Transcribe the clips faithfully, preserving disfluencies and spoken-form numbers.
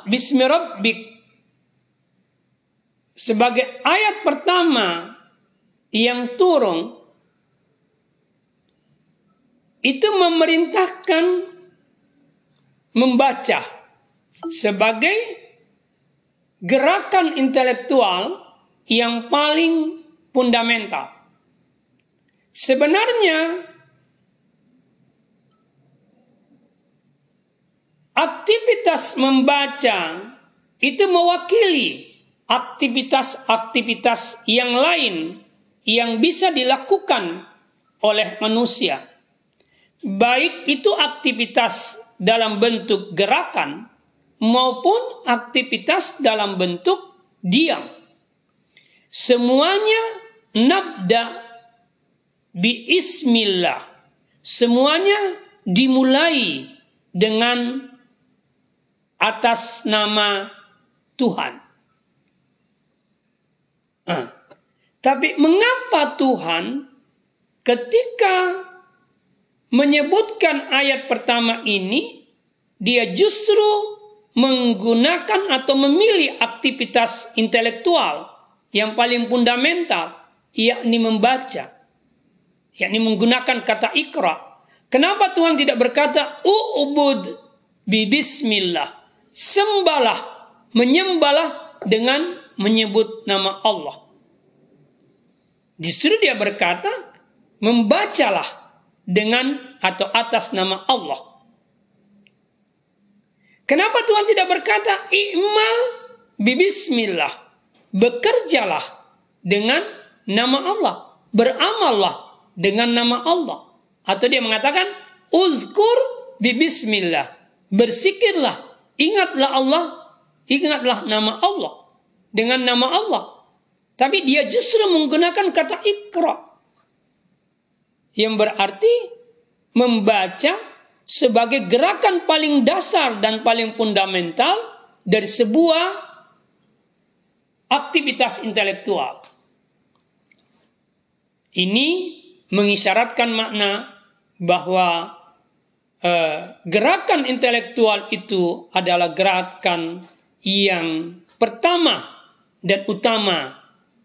bismi rabbik sebagai ayat pertama yang turun itu memerintahkan membaca sebagai gerakan intelektual yang paling fundamental. Sebenarnya aktivitas membaca itu mewakili aktivitas-aktivitas yang lain yang bisa dilakukan oleh manusia. Baik itu aktivitas dalam bentuk gerakan maupun aktivitas dalam bentuk diam. Semuanya nabda biismillah. Semuanya dimulai dengan atas nama Tuhan. Ah. Tapi mengapa Tuhan ketika menyebutkan ayat pertama ini, dia justru menggunakan atau memilih aktivitas intelektual yang paling fundamental, yakni membaca, yakni menggunakan kata ikra. Kenapa Tuhan tidak berkata u'bud bi bismillah, sembahlah, menyembahlah dengan menyebut nama Allah. Justru dia berkata membacalah dengan atau atas nama Allah. Kenapa Tuhan tidak berkata i'mal bi bismillah, bekerjalah dengan nama Allah, beramallah dengan nama Allah. Atau dia mengatakan uzkur bi bismillah, bersikirlah, ingatlah Allah, ingatlah nama Allah dengan nama Allah. Tapi dia justru menggunakan kata ikra, yang berarti membaca sebagai gerakan paling dasar dan paling fundamental dari sebuah aktivitas intelektual. Ini mengisyaratkan makna bahwa eh, gerakan intelektual itu adalah gerakan yang pertama dan utama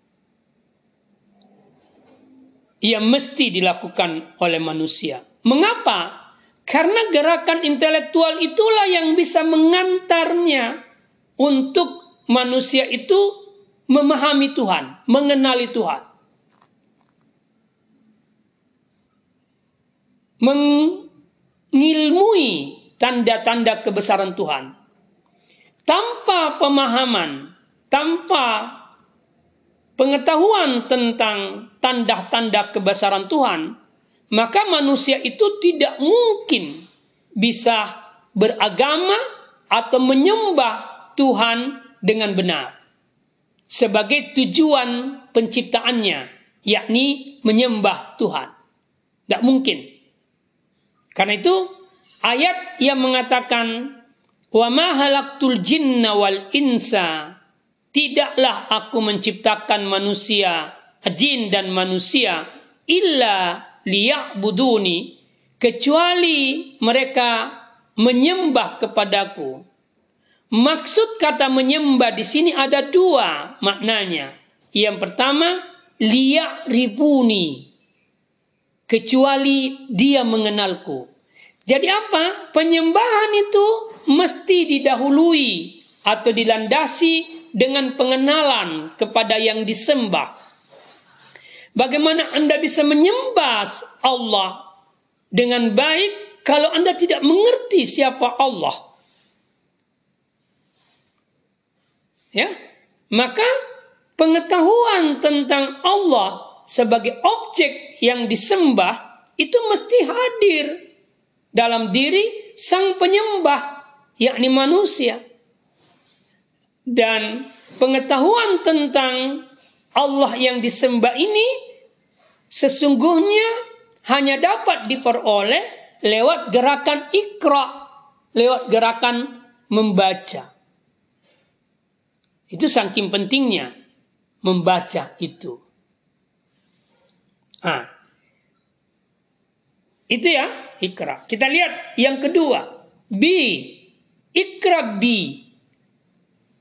yang mesti dilakukan oleh manusia. Mengapa? Karena gerakan intelektual itulah yang bisa mengantarnya untuk manusia itu memahami Tuhan, mengenali Tuhan, mengilmui tanda-tanda kebesaran Tuhan. Tanpa pemahaman, tanpa pengetahuan tentang tanda-tanda kebesaran Tuhan, maka manusia itu tidak mungkin bisa beragama atau menyembah Tuhan dengan benar sebagai tujuan penciptaannya, yakni menyembah Tuhan. Tidak mungkin. Karena itu ayat yang mengatakan wa ma halaqtul jinna wal insa, tidaklah aku menciptakan manusia, jin dan manusia, illa liya'buduni, kecuali mereka menyembah kepadaku. Maksud kata menyembah di sini ada dua maknanya. Yang pertama, liya'rifuni, kecuali dia mengenalku. Jadi apa? Penyembahan itu mesti didahului atau dilandasi dengan pengenalan kepada yang disembah. Bagaimana Anda bisa menyembah Allah dengan baik kalau Anda tidak mengerti siapa Allah? Ya, maka pengetahuan tentang Allah sebagai objek yang disembah itu mesti hadir dalam diri sang penyembah, yakni manusia. Dan pengetahuan tentang Allah yang disembah ini sesungguhnya hanya dapat diperoleh lewat gerakan ikra, lewat gerakan membaca. Itu saking pentingnya membaca itu. Ah, itu ya ikra. Kita lihat yang kedua, bi, ikra bi.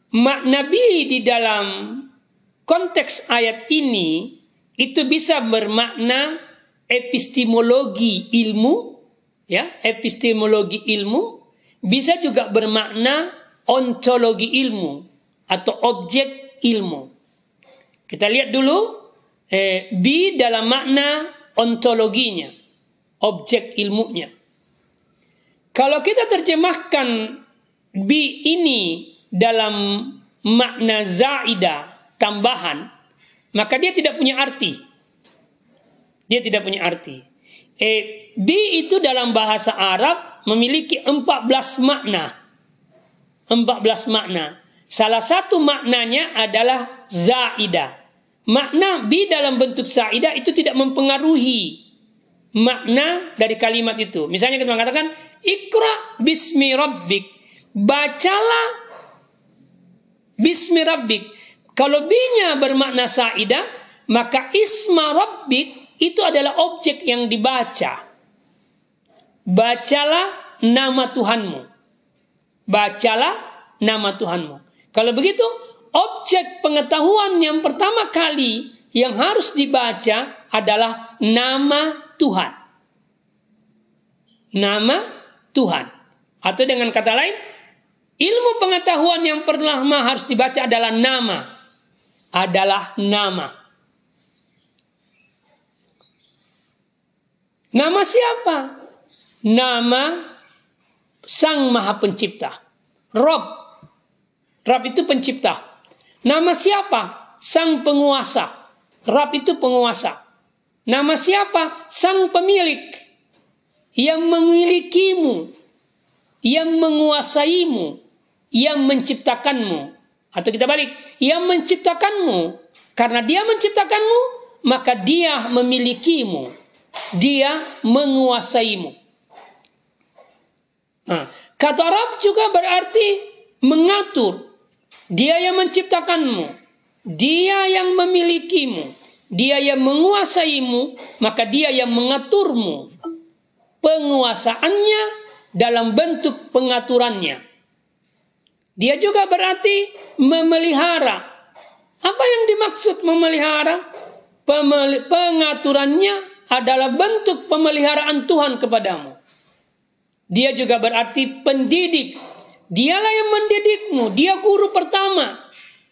makna bi di dalam konteks ayat ini itu bisa bermakna epistemologi ilmu, ya, epistemologi ilmu, bisa juga bermakna ontologi ilmu atau objek ilmu. Kita lihat dulu eh, bi dalam makna ontologinya, objek ilmunya. Kalau kita terjemahkan bi ini dalam makna zaidah, tambahan, maka dia tidak punya arti. Dia tidak punya arti. Eh, bi itu dalam bahasa Arab memiliki empat belas makna. empat belas makna. Salah satu maknanya adalah zaidah. Makna bi dalam bentuk zaidah itu tidak mempengaruhi makna dari kalimat itu. Misalnya kita mengatakan Iqra bismi rabbik, bacalah bismi rabbik. Kalau bi-nya bermakna zaidah, maka isma rabbik itu adalah objek yang dibaca. Bacalah nama Tuhanmu. Bacalah nama Tuhanmu. Kalau begitu, objek pengetahuan yang pertama kali yang harus dibaca adalah nama Tuhan. Nama Tuhan. Atau dengan kata lain, ilmu pengetahuan yang pertama harus dibaca adalah nama. Adalah nama. Nama siapa? Nama Sang Maha Pencipta. Rob. Rob itu pencipta. Nama siapa? Sang penguasa. Rob itu penguasa. Nama siapa? Sang pemilik. Yang memilikimu. Yang menguasaimu. Yang menciptakanmu. Atau kita balik. Yang menciptakanmu. Karena dia menciptakanmu, maka dia memilikimu. Dia menguasaimu. Nah, kata Arab juga berarti mengatur. Dia yang menciptakanmu, dia yang memilikimu, dia yang menguasaimu, maka dia yang mengaturmu. Penguasaannya dalam bentuk pengaturannya. Dia juga berarti memelihara. Apa yang dimaksud memelihara? Pemel- pengaturannya adalah bentuk pemeliharaan Tuhan kepadamu. Dia juga berarti pendidik. Dialah yang mendidikmu. Dia guru pertama.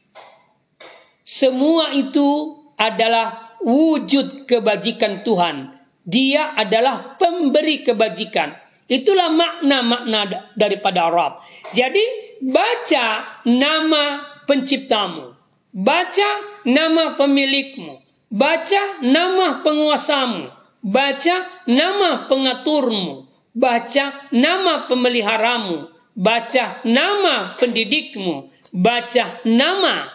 Semua itu adalah wujud kebajikan Tuhan. Dia adalah pemberi kebajikan. Itulah makna-makna daripada Rabb. Jadi baca nama penciptamu. Baca nama pemilikmu. Baca nama penguasamu. Baca nama pengaturmu. Baca nama pemeliharamu. Baca nama pendidikmu. Baca nama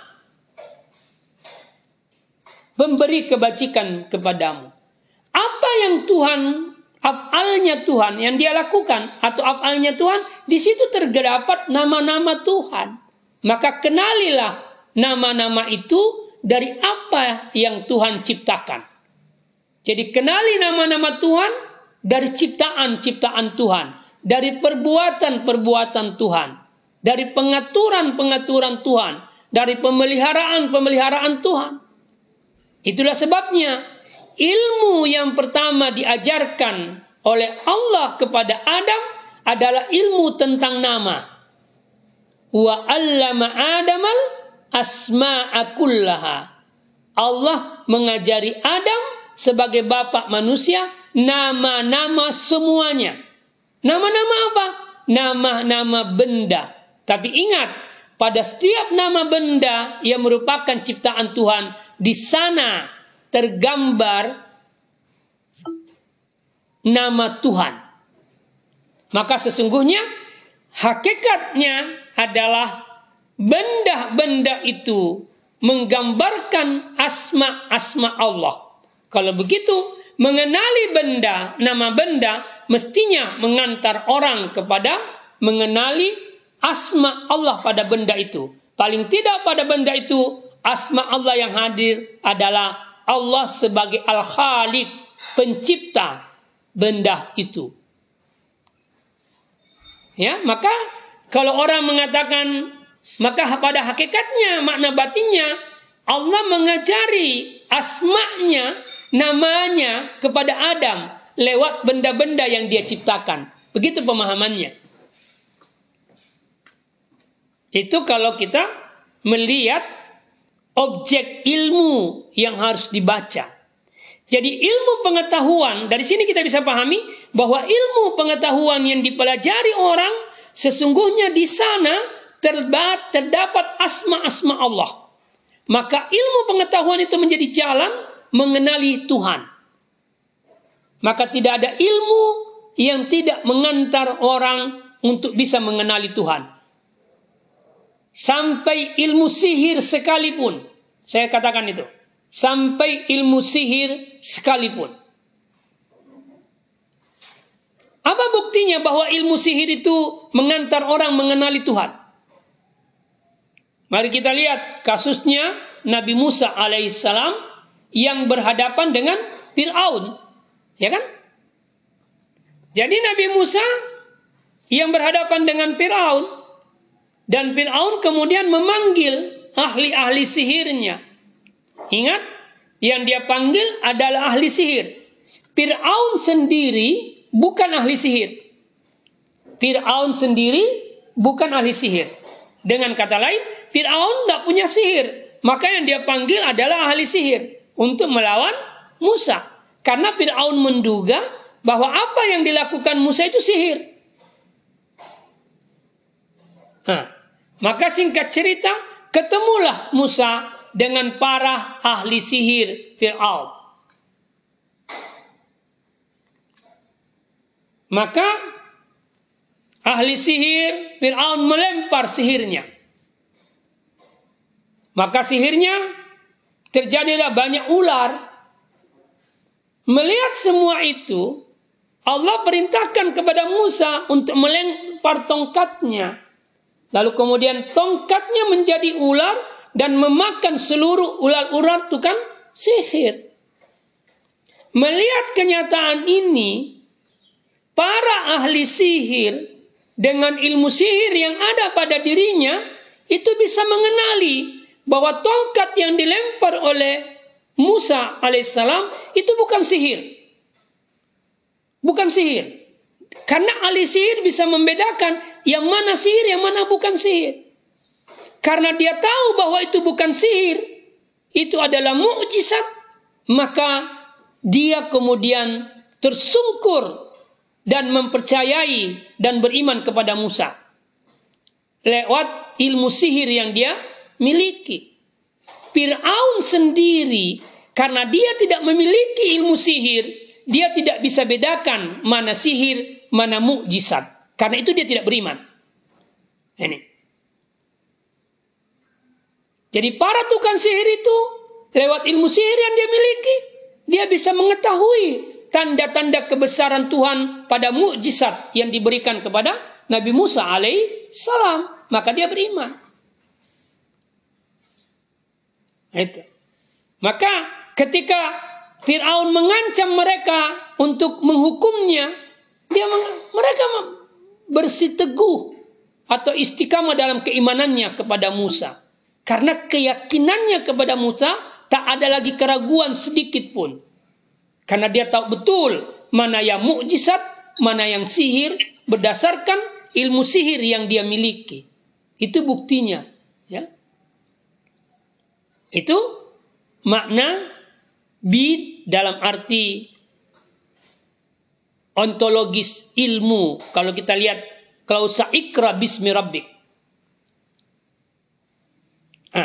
pemberi kebajikan kepadamu. Apa yang Tuhan, afalnya Tuhan yang dia lakukan atau afalnya Tuhan, di situ terdapat nama-nama Tuhan. Maka kenalilah nama-nama itu dari apa yang Tuhan ciptakan. Jadi kenali nama-nama Tuhan dari ciptaan-ciptaan Tuhan. Dari perbuatan-perbuatan Tuhan. Dari pengaturan-pengaturan Tuhan. Dari pemeliharaan-pemeliharaan Tuhan. Itulah sebabnya ilmu yang pertama diajarkan oleh Allah kepada Adam adalah ilmu tentang nama. Wa 'allama Adamal asma'a kullaha. Allah mengajari Adam sebagai bapak manusia nama-nama semuanya. Nama-nama apa? Nama-nama benda. Tapi ingat, pada setiap nama benda yang merupakan ciptaan Tuhan, di sana tergambar nama Tuhan. Maka sesungguhnya hakikatnya adalah benda-benda itu menggambarkan asma-asma Allah. Kalau begitu, mengenali benda, nama benda, mestinya mengantar orang kepada mengenali asma Allah pada benda itu. Paling tidak pada benda itu, asma Allah yang hadir adalah Allah sebagai Al-Khaliq, pencipta benda itu. Ya, maka kalau orang mengatakan Maka pada hakikatnya, makna batinnya, Allah mengajari asma'nya, namanya kepada Adam lewat benda-benda yang dia ciptakan. Begitu pemahamannya. Itu kalau kita melihat objek ilmu yang harus dibaca. Jadi ilmu pengetahuan, dari sini kita bisa pahami bahwa ilmu pengetahuan yang dipelajari orang, sesungguhnya di sana terdapat asma-asma Allah. Maka ilmu pengetahuan itu menjadi jalan mengenali Tuhan. Maka tidak ada ilmu yang tidak mengantar orang untuk bisa mengenali Tuhan. Sampai ilmu sihir sekalipun, saya katakan itu. Sampai ilmu sihir sekalipun. Apa buktinya bahwa ilmu sihir itu mengantar orang mengenali Tuhan? Mari kita lihat kasusnya Nabi Musa alaihissalam yang berhadapan dengan Fir'aun. Ya kan? Jadi Nabi Musa yang berhadapan dengan Fir'aun, dan Fir'aun kemudian memanggil ahli-ahli sihirnya. Ingat, yang dia panggil adalah ahli sihir. Fir'aun sendiri bukan ahli sihir. Fir'aun sendiri bukan ahli sihir. Dengan kata lain, Fir'aun nggak punya sihir. Maka yang dia panggil adalah ahli sihir untuk melawan Musa. Karena Fir'aun menduga bahwa apa yang dilakukan Musa itu sihir. Nah, maka singkat cerita, ketemulah Musa dengan para ahli sihir Fir'aun. Maka ahli sihir Fir'aun melempar sihirnya. Maka sihirnya terjadilah banyak ular. Melihat semua itu, Allah perintahkan kepada Musa untuk melempar tongkatnya. Lalu kemudian tongkatnya menjadi ular dan memakan seluruh ular-ular tukang sihir. Melihat kenyataan ini, para ahli sihir dengan ilmu sihir yang ada pada dirinya itu bisa mengenali bahwa tongkat yang dilempar oleh Musa alaihissalam itu bukan sihir. Bukan sihir. Karena ahli sihir bisa membedakan yang mana sihir, yang mana bukan sihir. Karena dia tahu bahwa itu bukan sihir, itu adalah mukjizat, maka dia kemudian tersungkur dan mempercayai dan beriman kepada Musa lewat ilmu sihir yang dia miliki. Fir'aun sendiri, karena dia tidak memiliki ilmu sihir, dia tidak bisa bedakan mana sihir, mana mukjizat. Karena itu dia tidak beriman. Ini. Jadi para tukang sihir itu lewat ilmu sihir yang dia miliki, dia bisa mengetahui tanda-tanda kebesaran Tuhan pada mukjizat yang diberikan kepada Nabi Musa alaihi salam. Maka dia beriman. Itu. Maka ketika Fir'aun mengancam mereka untuk menghukumnya, dia meng- mereka bersiteguh atau istiqamah dalam keimanannya kepada Musa. Karena keyakinannya kepada Musa tak ada lagi keraguan sedikit pun. Karena dia tahu betul mana yang mukjizat, mana yang sihir berdasarkan ilmu sihir yang dia miliki. Itu buktinya, ya. Itu makna bid dalam arti ontologis ilmu. Kalau kita lihat klausa ikra bismi rabbik. Ah.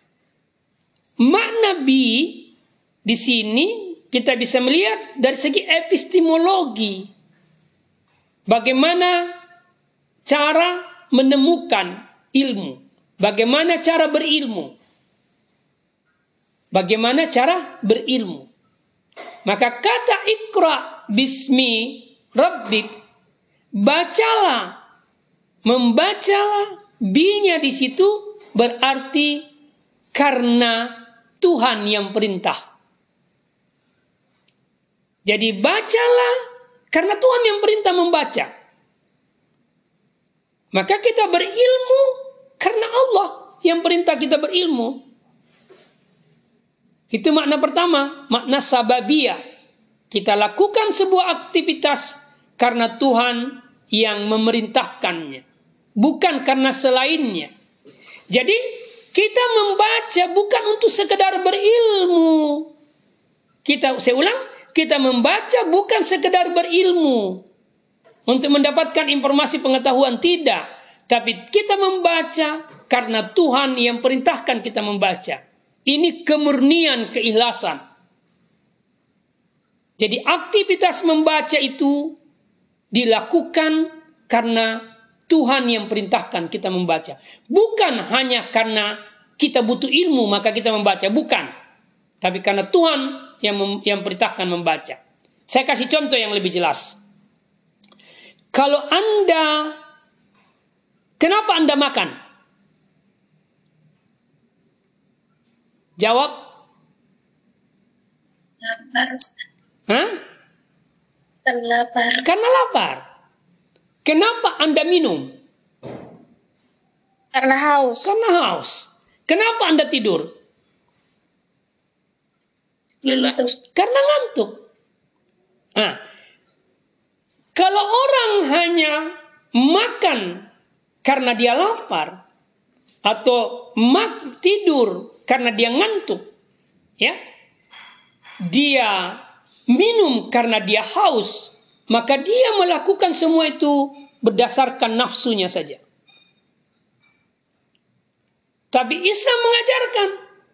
Makna bi di sini kita bisa melihat dari segi epistemologi. Bagaimana cara menemukan ilmu. Bagaimana cara berilmu. Bagaimana cara berilmu. Maka kata ikra bismi rabbik, bacalah, membacalah, binya di situ berarti karena Tuhan yang perintah. Jadi bacalah karena Tuhan yang perintah membaca. Maka kita berilmu Karena Allah yang perintah kita berilmu. Itu makna pertama, makna sababiyah. Kita lakukan sebuah aktivitas karena Tuhan yang memerintahkannya, bukan karena selainnya. Jadi kita membaca bukan untuk sekedar berilmu. Kita, saya ulang, kita membaca bukan sekedar berilmu untuk mendapatkan informasi pengetahuan, tidak. Tapi kita membaca karena Tuhan yang perintahkan kita membaca. Ini kemurnian keikhlasan. Jadi aktivitas membaca itu dilakukan karena Tuhan yang perintahkan kita membaca. Bukan hanya karena kita butuh ilmu maka kita membaca. Bukan. Tapi karena Tuhan yang, mem- yang perintahkan membaca. Saya kasih contoh yang lebih jelas. Kalau Anda, kenapa Anda makan? Jawab. Lapar, Ustaz. Hah? Karena lapar. Karena lapar. Kenapa Anda minum? Karena haus. Karena haus. Kenapa Anda tidur? Ngantuk. Karena ngantuk. Nah, kalau orang hanya makan karena dia lapar atau mak tidur karena dia ngantuk, ya, dia minum karena dia haus, maka dia melakukan semua itu berdasarkan nafsunya saja. Tapi Islam mengajarkan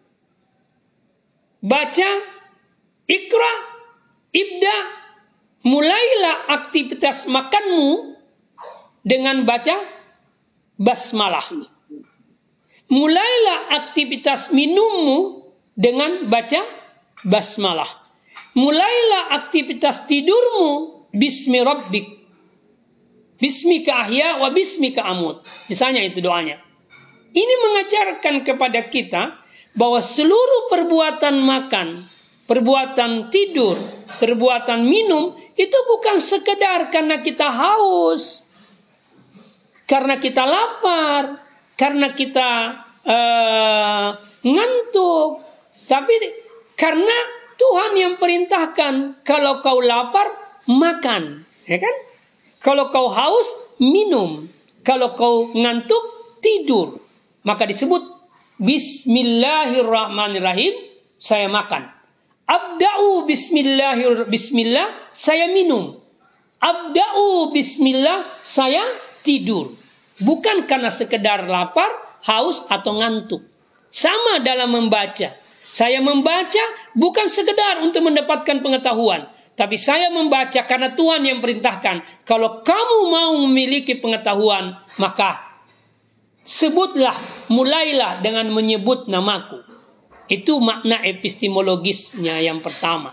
baca, ikra, ibda, mulailah aktivitas makanmu dengan baca basmalah. Mulailah aktivitas minummu dengan baca basmalah. Mulailah aktivitas tidurmu bismi rabbik. Bismika ahya wa bismika amut. Misalnya itu doanya. Ini mengajarkan kepada kita bahwa seluruh perbuatan makan, perbuatan tidur, perbuatan minum itu bukan sekedar karena kita haus, karena kita lapar, karena kita uh, ngantuk, tapi karena Tuhan yang perintahkan kalau kau lapar makan, ya kan? Kalau kau haus minum, kalau kau ngantuk tidur, maka disebut Bismillahirrahmanirrahim, saya makan. Abda'u bismillahir bismillah, saya minum. Abda'u bismillah, saya tidur. Bukan karena sekedar lapar, haus atau ngantuk. Sama dalam membaca. Saya membaca bukan sekedar untuk mendapatkan pengetahuan, tapi saya membaca karena Tuhan yang perintahkan. Kalau kamu mau memiliki pengetahuan, maka sebutlah, mulailah dengan menyebut namaku. Itu makna epistemologisnya yang pertama.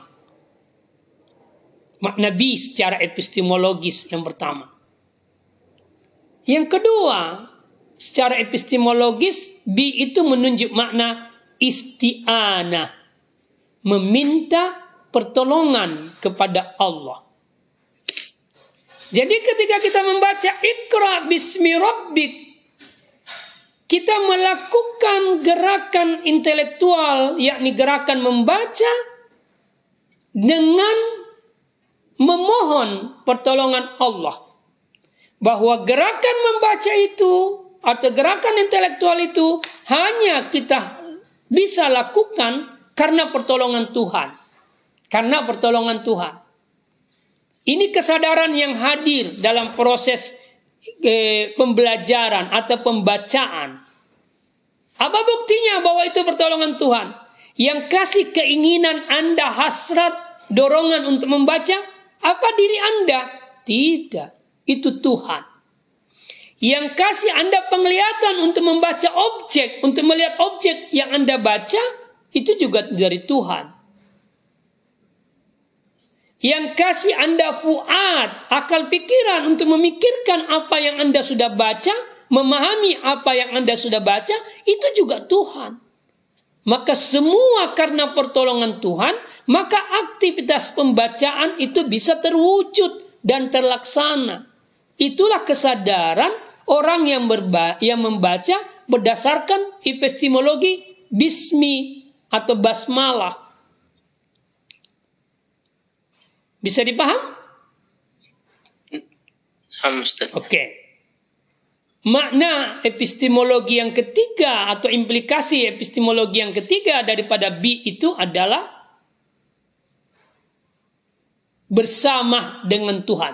Makna bi secara epistemologis yang pertama. Yang kedua, secara epistemologis, bi itu menunjuk makna isti'anah. Meminta pertolongan kepada Allah. Jadi ketika kita membaca Iqra bismi rabbik, kita melakukan gerakan intelektual, yakni gerakan membaca dengan memohon pertolongan Allah. Bahwa gerakan membaca itu atau gerakan intelektual itu hanya kita bisa lakukan karena pertolongan Tuhan. Karena pertolongan Tuhan. Ini kesadaran yang hadir dalam proses eh, pembelajaran atau pembacaan. Apa buktinya bahwa itu pertolongan Tuhan? Yang kasih keinginan Anda, hasrat, dorongan untuk membaca, apa diri Anda? Tidak. Itu Tuhan. Yang kasih Anda penglihatan untuk membaca objek, untuk melihat objek yang Anda baca, itu juga dari Tuhan. Yang kasih Anda fuad, akal pikiran untuk memikirkan apa yang Anda sudah baca, memahami apa yang Anda sudah baca, itu juga Tuhan. Maka semua karena pertolongan Tuhan, maka aktivitas pembacaan itu bisa terwujud dan terlaksana. Itulah kesadaran orang yang, berba- yang membaca berdasarkan epistemologi bismi atau basmalah. Bisa dipaham? Oke. Okay. Makna epistemologi yang ketiga atau implikasi epistemologi yang ketiga daripada bi itu adalah bersama dengan Tuhan.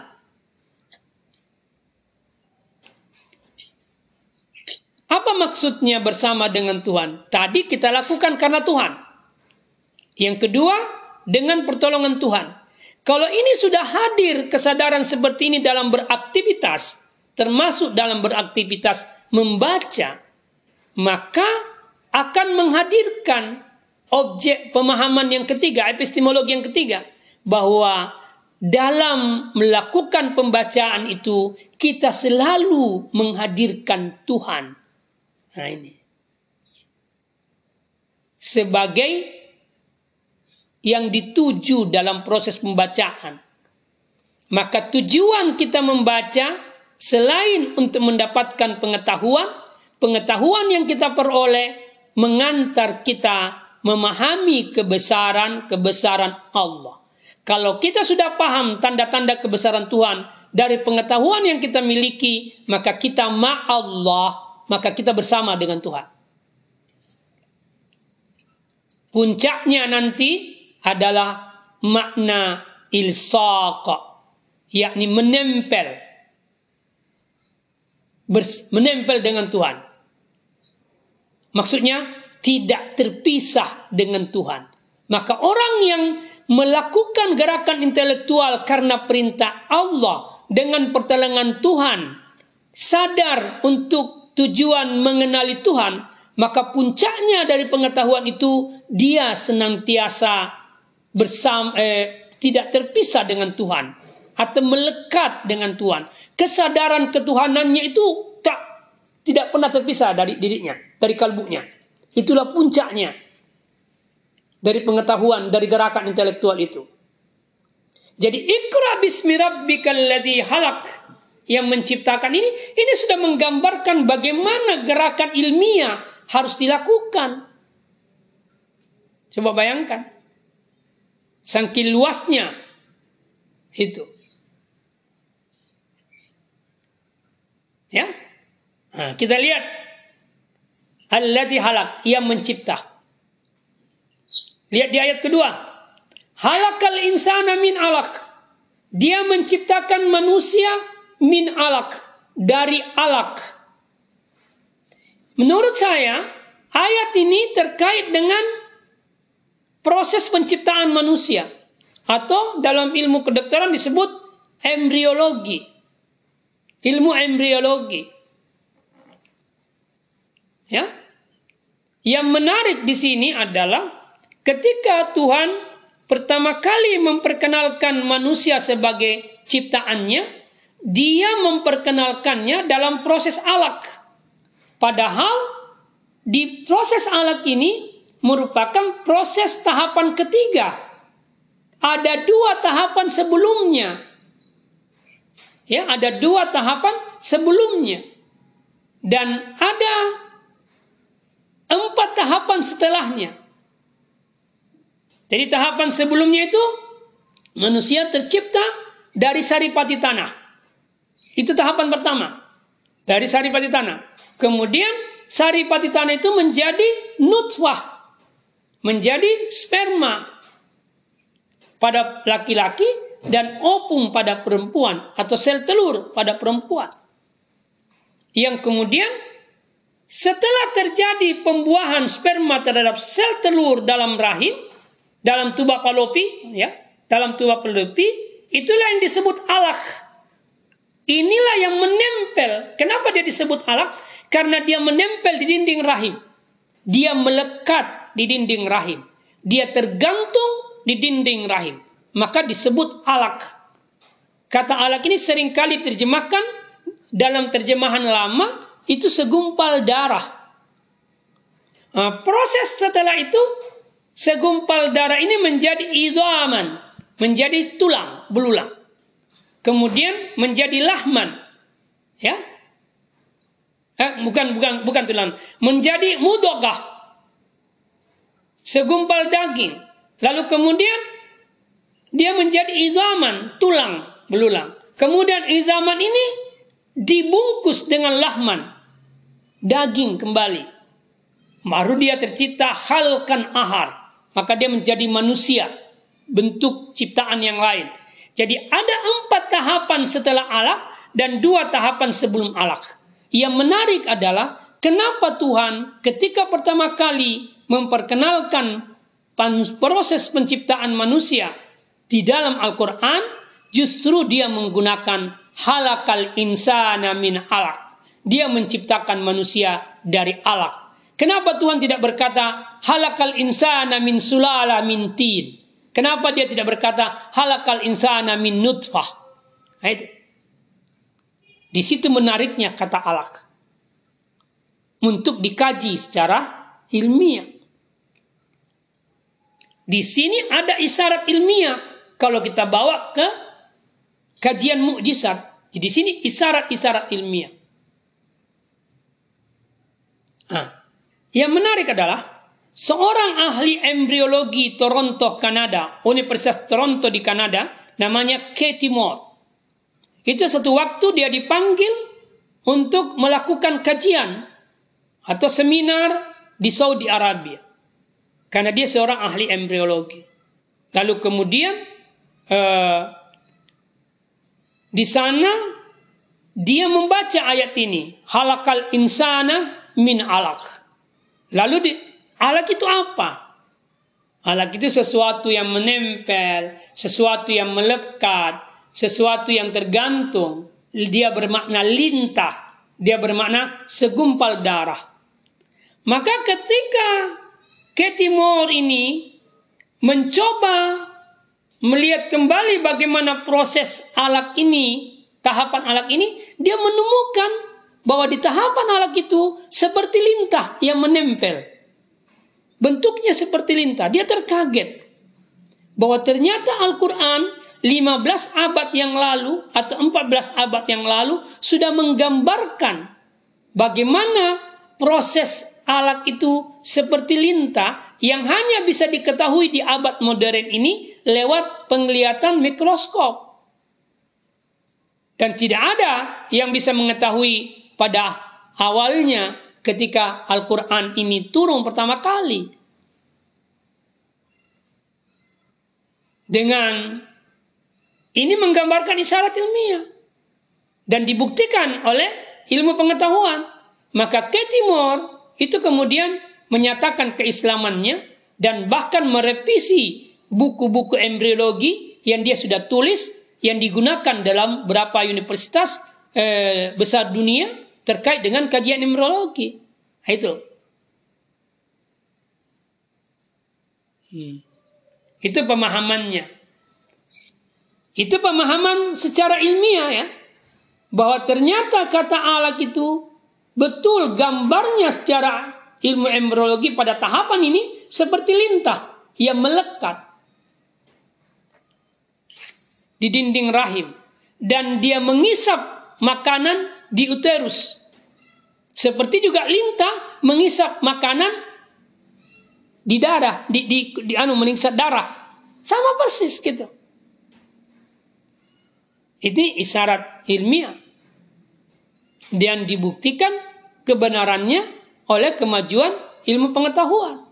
Apa maksudnya bersama dengan Tuhan? Tadi kita lakukan karena Tuhan. Yang kedua, dengan pertolongan Tuhan. Kalau ini sudah hadir kesadaran seperti ini dalam beraktivitas, termasuk dalam beraktivitas membaca, maka akan menghadirkan objek pemahaman yang ketiga, epistemologi yang ketiga, bahwa dalam melakukan pembacaan itu kita selalu menghadirkan Tuhan. Nah ini sebagai yang dituju dalam proses pembacaan. Maka tujuan kita membaca selain untuk mendapatkan pengetahuan, pengetahuan yang kita peroleh mengantar kita memahami kebesaran-kebesaran Allah. Kalau kita sudah paham tanda-tanda kebesaran Tuhan dari pengetahuan yang kita miliki, maka kita ma'allah, maka kita bersama dengan Tuhan. Puncaknya nanti adalah makna ilsaq, yakni menempel, menempel dengan Tuhan. Maksudnya tidak terpisah dengan Tuhan. Maka orang yang melakukan gerakan intelektual karena perintah Allah dengan pertolongan Tuhan, sadar untuk tujuan mengenali Tuhan, maka puncaknya dari pengetahuan itu dia senantiasa bersama, eh, tidak terpisah dengan Tuhan atau melekat dengan Tuhan. Kesadaran ketuhanannya itu tak tidak pernah terpisah dari dirinya, dari kalbunya. Itulah puncaknya dari pengetahuan, dari gerakan intelektual itu. Jadi Iqra bismi rabbikal ladzi khalaq, yang menciptakan ini, ini sudah menggambarkan bagaimana gerakan ilmiah harus dilakukan. Coba bayangkan, saking luasnya itu, ya. Nah, kita lihat alladzi khalaq, yang mencipta. Lihat di ayat kedua, halakal insana min alaq, dia menciptakan manusia min alaq, dari alaq. Menurut saya, ayat ini terkait dengan proses penciptaan manusia, atau dalam ilmu kedokteran disebut embriologi. Ilmu embriologi. Ya. Yang menarik di sini adalah ketika Tuhan pertama kali memperkenalkan manusia sebagai ciptaannya, dia memperkenalkannya dalam proses alaq. Padahal di proses alaq ini merupakan proses tahapan ketiga. Ada dua tahapan sebelumnya. Ya, ada dua tahapan sebelumnya. Dan ada empat tahapan setelahnya. Jadi tahapan sebelumnya itu manusia tercipta dari saripati tanah. Itu tahapan pertama. Dari saripati tanah. Kemudian saripati tanah itu menjadi nutfah. Menjadi sperma pada laki-laki dan opung pada perempuan. Atau sel telur pada perempuan. Yang kemudian setelah terjadi pembuahan sperma terhadap sel telur dalam rahim, dalam tuba Fallopi, ya, dalam tuba Fallopi, itulah yang disebut alaq. Inilah yang menempel. Kenapa dia disebut alaq? Karena dia menempel di dinding rahim. Dia melekat di dinding rahim. Dia tergantung di dinding rahim. Maka disebut alaq. Kata alaq ini seringkali diterjemahkan dalam terjemahan lama itu segumpal darah. Nah, proses setelah itu segumpal darah ini menjadi idhaman, menjadi tulang belulang. Kemudian menjadi lahman, ya, eh, bukan bukan bukan tulang, menjadi mudghah, segumpal daging. Lalu kemudian dia menjadi izaman, tulang belulang. Kemudian izaman ini dibungkus dengan lahman, daging kembali. Baru dia tercipta khalqan ahar, maka dia menjadi manusia, bentuk ciptaan yang lain. Jadi ada empat tahapan setelah alaq dan dua tahapan sebelum alaq. Yang menarik adalah kenapa Tuhan ketika pertama kali memperkenalkan proses penciptaan manusia di dalam Al-Quran, justru dia menggunakan halakal insana min alaq. Dia menciptakan manusia dari alaq. Kenapa Tuhan tidak berkata halakal insana min sulala min tin? Kenapa dia tidak berkata halakal insana min nutfah? Nah, itu. Di situ menariknya kata alaq. Untuk dikaji secara ilmiah. Di sini ada isyarat ilmiah. Kalau kita bawa ke kajian mukjizat, di sini isyarat-isyarat ilmiah. Nah, yang menarik adalah seorang ahli embriologi Toronto, Kanada, Universitas Toronto di Kanada, namanya Katie Moore. Itu satu waktu dia dipanggil untuk melakukan kajian atau seminar di Saudi Arabia. Karena dia seorang ahli embriologi. Lalu kemudian uh, di sana dia membaca ayat ini, halakal insana min alaq. Lalu di, alaq itu apa? Alaq itu sesuatu yang menempel, sesuatu yang melekat, sesuatu yang tergantung. Dia bermakna lintah, dia bermakna segumpal darah. Maka ketika Katie Moore ini mencoba melihat kembali bagaimana proses alaq ini, tahapan alaq ini, dia menemukan bahwa di tahapan alaq itu seperti lintah yang menempel. Bentuknya seperti lintah. Dia terkaget bahwa ternyata Al-Quran lima belas abad yang lalu atau empat belas abad yang lalu sudah menggambarkan bagaimana proses alaq itu seperti lintah yang hanya bisa diketahui di abad modern ini lewat penglihatan mikroskop. Dan tidak ada yang bisa mengetahui pada awalnya ketika Al-Quran ini turun pertama kali. Dengan ini menggambarkan isyarat ilmiah dan dibuktikan oleh ilmu pengetahuan. Maka Katie Moore itu kemudian menyatakan keislamannya dan bahkan merevisi buku-buku embriologi yang dia sudah tulis yang digunakan dalam beberapa universitas eh, besar dunia terkait dengan kajian embriologi. Nah, itu. Hmm. Itu pemahamannya. Itu pemahaman secara ilmiah ya. Bahwa ternyata kata alaq itu betul gambarnya secara ilmu embriologi pada tahapan ini seperti lintah yang melekat di dinding rahim. Dan dia mengisap makanan di uterus. Seperti juga lintah mengisap makanan di darah, di, di, di anu mengisap darah. Sama persis gitu. Ini isyarat ilmiah. Dan dibuktikan kebenarannya oleh kemajuan ilmu pengetahuan.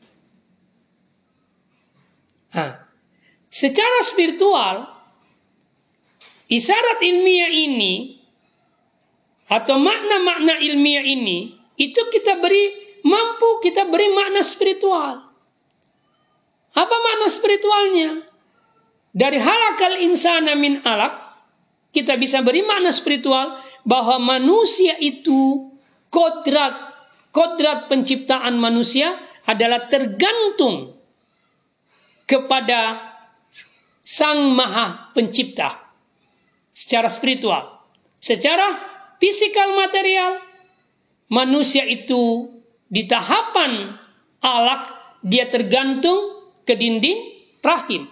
Nah, secara spiritual, isyarat ilmiah ini atau makna-makna ilmiah ini itu kita beri mampu kita beri makna spiritual. Apa makna spiritualnya? Dari halakal insana min alaq kita bisa beri makna spiritual bahwa manusia itu kodrat kodrat penciptaan manusia adalah tergantung kepada Sang Maha Pencipta secara spiritual. Secara fisikal material, manusia itu di tahapan alaq dia tergantung ke dinding rahim.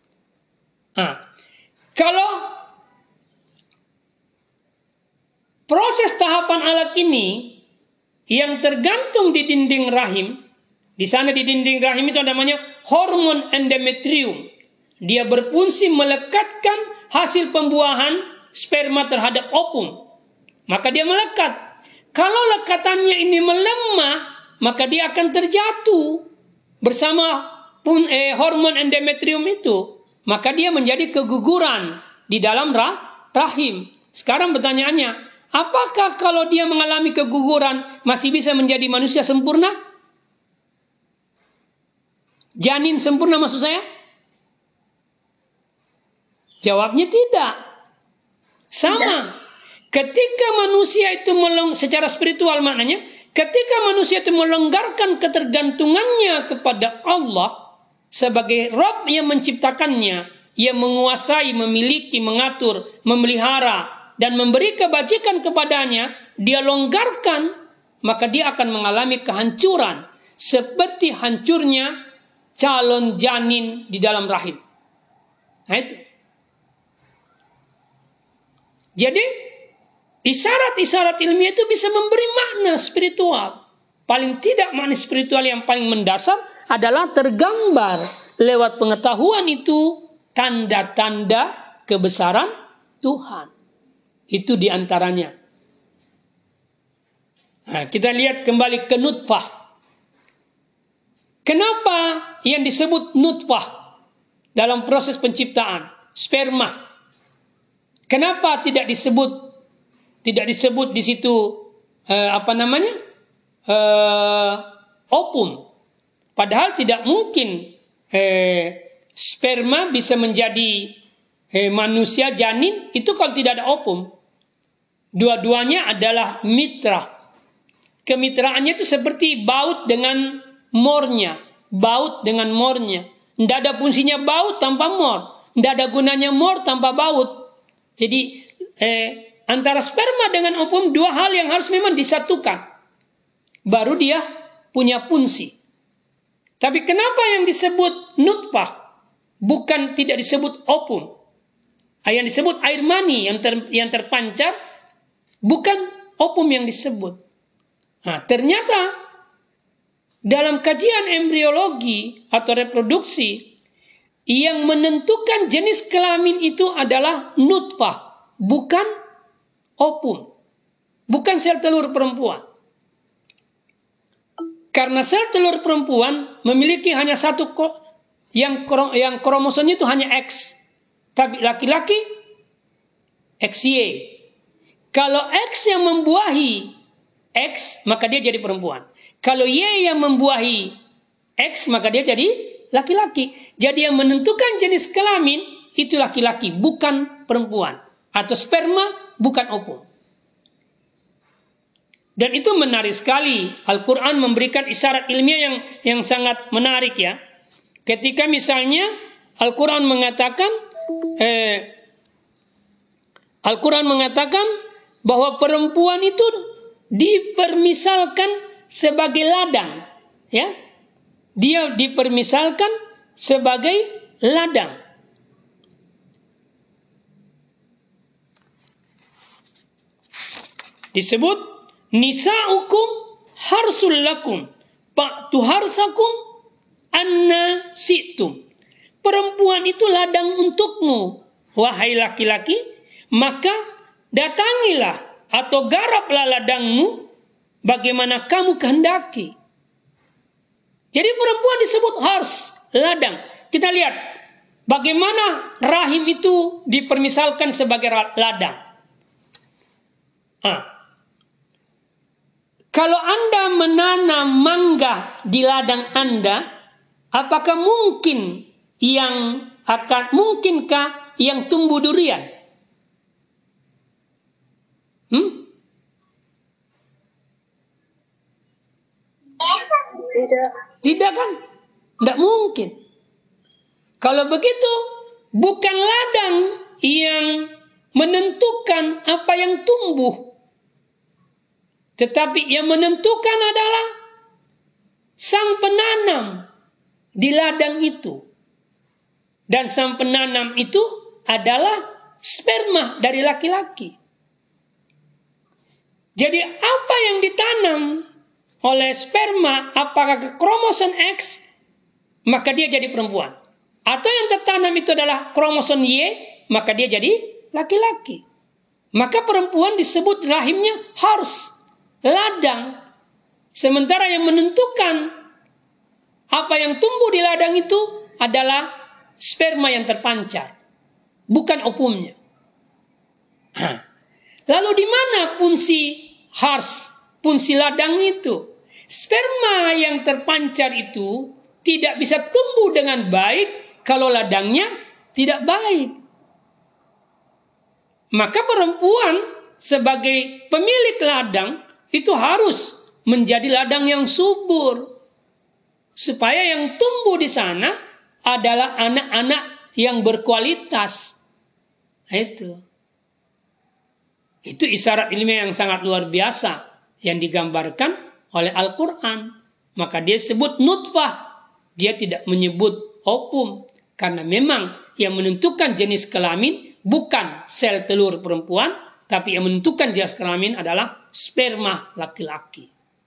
Nah, kalau proses tahapan alat ini yang tergantung di dinding rahim, di sana di dinding rahim itu namanya hormon endometrium. Dia berfungsi melekatkan hasil pembuahan sperma terhadap ovum. Maka dia melekat. Kalau lekatannya ini melemah, maka dia akan terjatuh bersama pun, eh, hormon endometrium itu. Maka dia menjadi keguguran di dalam rah, rahim. Sekarang pertanyaannya, apakah kalau dia mengalami keguguran masih bisa menjadi manusia sempurna? Janin sempurna maksud saya? Jawabnya tidak. Sama. Ketika manusia itu melong, secara spiritual maknanya, ketika manusia itu melonggarkan ketergantungannya kepada Allah sebagai Rabb yang menciptakannya, yang menguasai, memiliki, mengatur, memelihara, dan memberi kebajikan kepadanya, dia longgarkan, maka dia akan mengalami kehancuran seperti hancurnya calon janin di dalam rahim. Nah itu. Jadi isyarat-isyarat ilmiah itu bisa memberi makna spiritual. Paling tidak makna spiritual yang paling mendasar adalah tergambar lewat pengetahuan itu tanda-tanda kebesaran Tuhan. Itu diantaranya. Nah, kita lihat kembali ke nutfah. Kenapa yang disebut nutfah dalam proses penciptaan? Sperma. Kenapa tidak disebut tidak disebut di situ eh, apa namanya eh, ovum? Padahal tidak mungkin eh, sperma bisa menjadi eh, manusia janin itu kalau tidak ada ovum. Dua-duanya adalah mitra. Kemitraannya itu seperti baut dengan mornya, baut dengan mornya. Tidak ada fungsinya baut tanpa mor, tidak ada gunanya mor tanpa baut. Jadi eh, antara sperma dengan ovum dua hal yang harus memang disatukan. Baru dia punya fungsi. Tapi kenapa yang disebut nutfah bukan tidak disebut ovum? Yang disebut air mani yang, ter, yang terpancar bukan ovum yang disebut. Nah, ternyata dalam kajian embriologi atau reproduksi yang menentukan jenis kelamin itu adalah nutfah, bukan ovum, bukan sel telur perempuan. Karena sel telur perempuan memiliki hanya satu yang yang kromosomnya itu hanya X, tapi laki-laki X Y. Kalau X yang membuahi X, maka dia jadi perempuan. Kalau Y yang membuahi X, maka dia jadi laki-laki. Jadi yang menentukan jenis kelamin itu laki-laki, bukan perempuan. Atau sperma, bukan ovum. Dan itu menarik sekali. Al-Quran memberikan isyarat ilmiah yang yang sangat menarik ya. Ketika misalnya Al-Quran mengatakan, eh, Al-Quran mengatakan bahwa perempuan itu dipermisalkan sebagai ladang, ya. Dia dipermisalkan sebagai ladang. Disebut nisa'ukum harsul lakum fa'tu harsakum anna si'tum. Perempuan itu ladang untukmu, wahai laki-laki, maka datangilah atau garaplah ladangmu bagaimana kamu kehendaki. Jadi perempuan disebut hars, ladang. Kita lihat bagaimana rahim itu dipermisalkan sebagai ladang. Ah. Kalau Anda menanam mangga di ladang Anda, apakah mungkin yang akan mungkinkah yang tumbuh durian? Hmm? Tidak. Tidak kan? Tidak mungkin. Kalau begitu, bukan ladang yang menentukan apa yang tumbuh. Tetapi yang menentukan adalah sang penanam di ladang itu. Dan sang penanam itu adalah sperma dari laki-laki. Jadi apa yang ditanam oleh sperma, apakah ke kromosom X, maka dia jadi perempuan. Atau yang tertanam itu adalah kromosom Y, maka dia jadi laki-laki. Maka perempuan disebut rahimnya harus ladang. Sementara yang menentukan apa yang tumbuh di ladang itu adalah sperma yang terpancar, bukan ovumnya. Lalu di mana fungsi hars, fungsi ladang itu? Sperma yang terpancar itu tidak bisa tumbuh dengan baik kalau ladangnya tidak baik. Maka perempuan sebagai pemilik ladang itu harus menjadi ladang yang subur. Supaya yang tumbuh di sana adalah anak-anak yang berkualitas. Itu. Itu isyarat ilmiah yang sangat luar biasa yang digambarkan oleh Al-Quran. Maka dia sebut nutfah. Dia tidak menyebut ovum. Karena memang yang menentukan jenis kelamin bukan sel telur perempuan, tapi yang menentukan jenis kelamin adalah sperma laki-laki.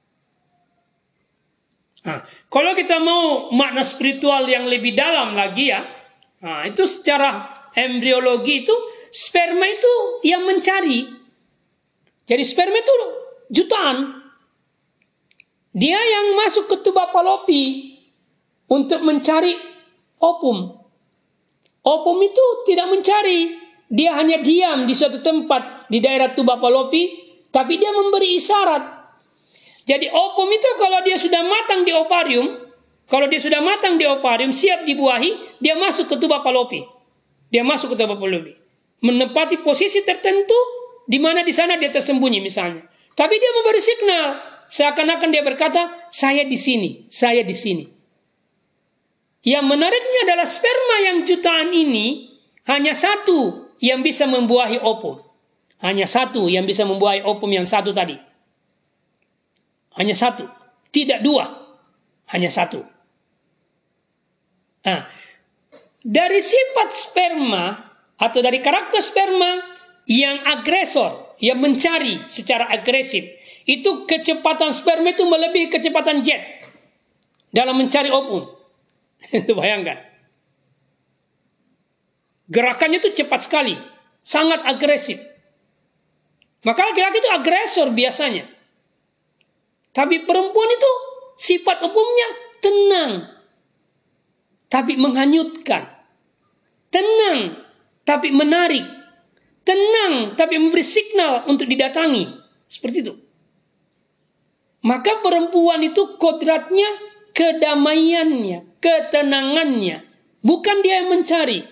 Nah, kalau kita mau makna spiritual yang lebih dalam lagi ya, nah, itu secara embriologi itu sperma itu yang mencari. Jadi sperma itu jutaan. Dia yang masuk ke tuba Fallopi untuk mencari ovum. Ovum itu tidak mencari. Dia hanya diam di suatu tempat di daerah tuba Fallopi, tapi dia memberi isyarat. Jadi ovum itu kalau dia sudah matang di ovarium, kalau dia sudah matang di ovarium, siap dibuahi, dia masuk ke tuba Fallopi. Dia masuk ke tuba Fallopi. Menempati posisi tertentu, di mana di sana dia tersembunyi misalnya. Tapi dia memberi signal, seakan-akan dia berkata, saya di sini, saya di sini. Yang menariknya adalah sperma yang jutaan ini, hanya satu yang bisa membuahi ovum. Hanya satu yang bisa membuahi ovum yang satu tadi. Hanya satu. Tidak dua. Hanya satu. Nah, dari sifat sperma atau dari karakter sperma yang agresor, yang mencari secara agresif, itu kecepatan sperma itu melebihi kecepatan jet dalam mencari ovum. Bayangkan. Gerakannya itu cepat sekali, sangat agresif. Maka laki-laki itu agresor biasanya. Tapi perempuan itu sifat umumnya tenang, tapi menghanyutkan. Tenang, tapi menarik. Tenang, tapi memberi signal untuk didatangi. Seperti itu. Maka perempuan itu kodratnya kedamaiannya, ketenangannya. Bukan dia yang mencari.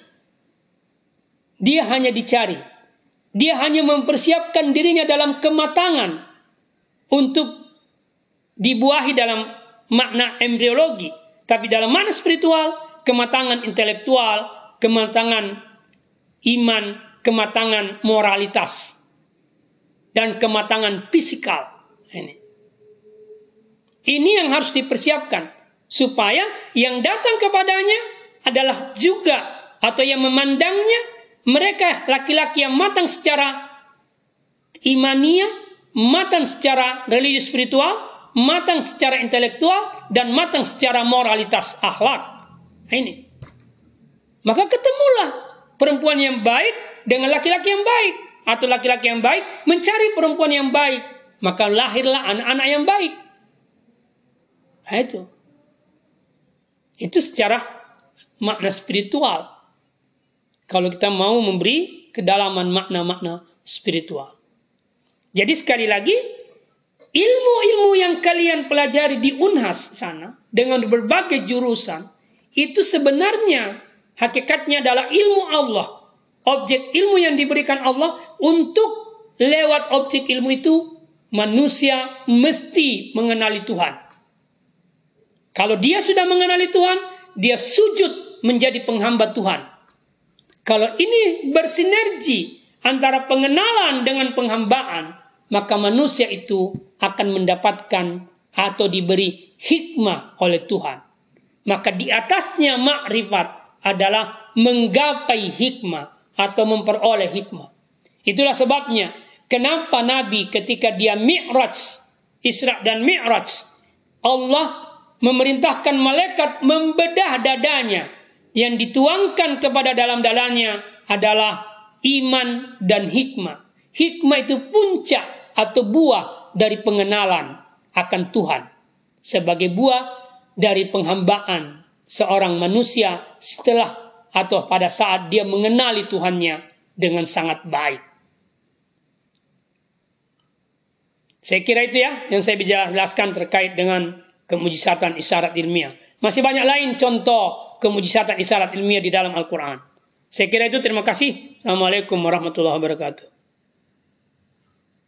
Dia hanya dicari. Dia hanya mempersiapkan dirinya dalam kematangan untuk dibuahi dalam makna embriologi. Tapi dalam makna spiritual, kematangan intelektual, kematangan iman, kematangan moralitas, dan kematangan fisikal. Ini. Ini yang harus dipersiapkan. Supaya yang datang kepadanya adalah juga, atau yang memandangnya, mereka laki-laki yang matang secara imania, matang secara religius spiritual, matang secara intelektual, dan matang secara moralitas akhlak. Ini. Maka ketemulah perempuan yang baik dengan laki-laki yang baik, atau laki-laki yang baik mencari perempuan yang baik, maka lahirlah anak-anak yang baik. Nah, itu. Itu secara makna spiritual. Kalau kita mau memberi kedalaman makna-makna spiritual. Jadi sekali lagi, ilmu-ilmu yang kalian pelajari di Unhas sana, dengan berbagai jurusan, itu sebenarnya hakikatnya adalah ilmu Allah. Objek ilmu yang diberikan Allah, untuk lewat objek ilmu itu, manusia mesti mengenali Tuhan. Kalau dia sudah mengenali Tuhan, dia sujud menjadi penghamba Tuhan. Kalau ini bersinergi antara pengenalan dengan penghambaan, maka manusia itu akan mendapatkan atau diberi hikmah oleh Tuhan. Maka di atasnya makrifat adalah menggapai hikmah atau memperoleh hikmah. Itulah sebabnya kenapa Nabi ketika dia Mi'raj, Isra dan Mi'raj, Allah memerintahkan malaikat membedah dadanya. Yang dituangkan kepada dalam dadanya adalah iman dan hikmah. Hikmah itu puncak atau buah dari pengenalan akan Tuhan. Sebagai buah dari penghambaan seorang manusia setelah atau pada saat dia mengenali Tuhannya dengan sangat baik. Saya kira itu ya yang saya bisa jelaskan terkait dengan kemujizatan isyarat ilmiah. Masih banyak lain contoh kemujizatan isyarat ilmiah di dalam Al-Quran. Saya kira itu, terima kasih. Assalamualaikum warahmatullahi wabarakatuh.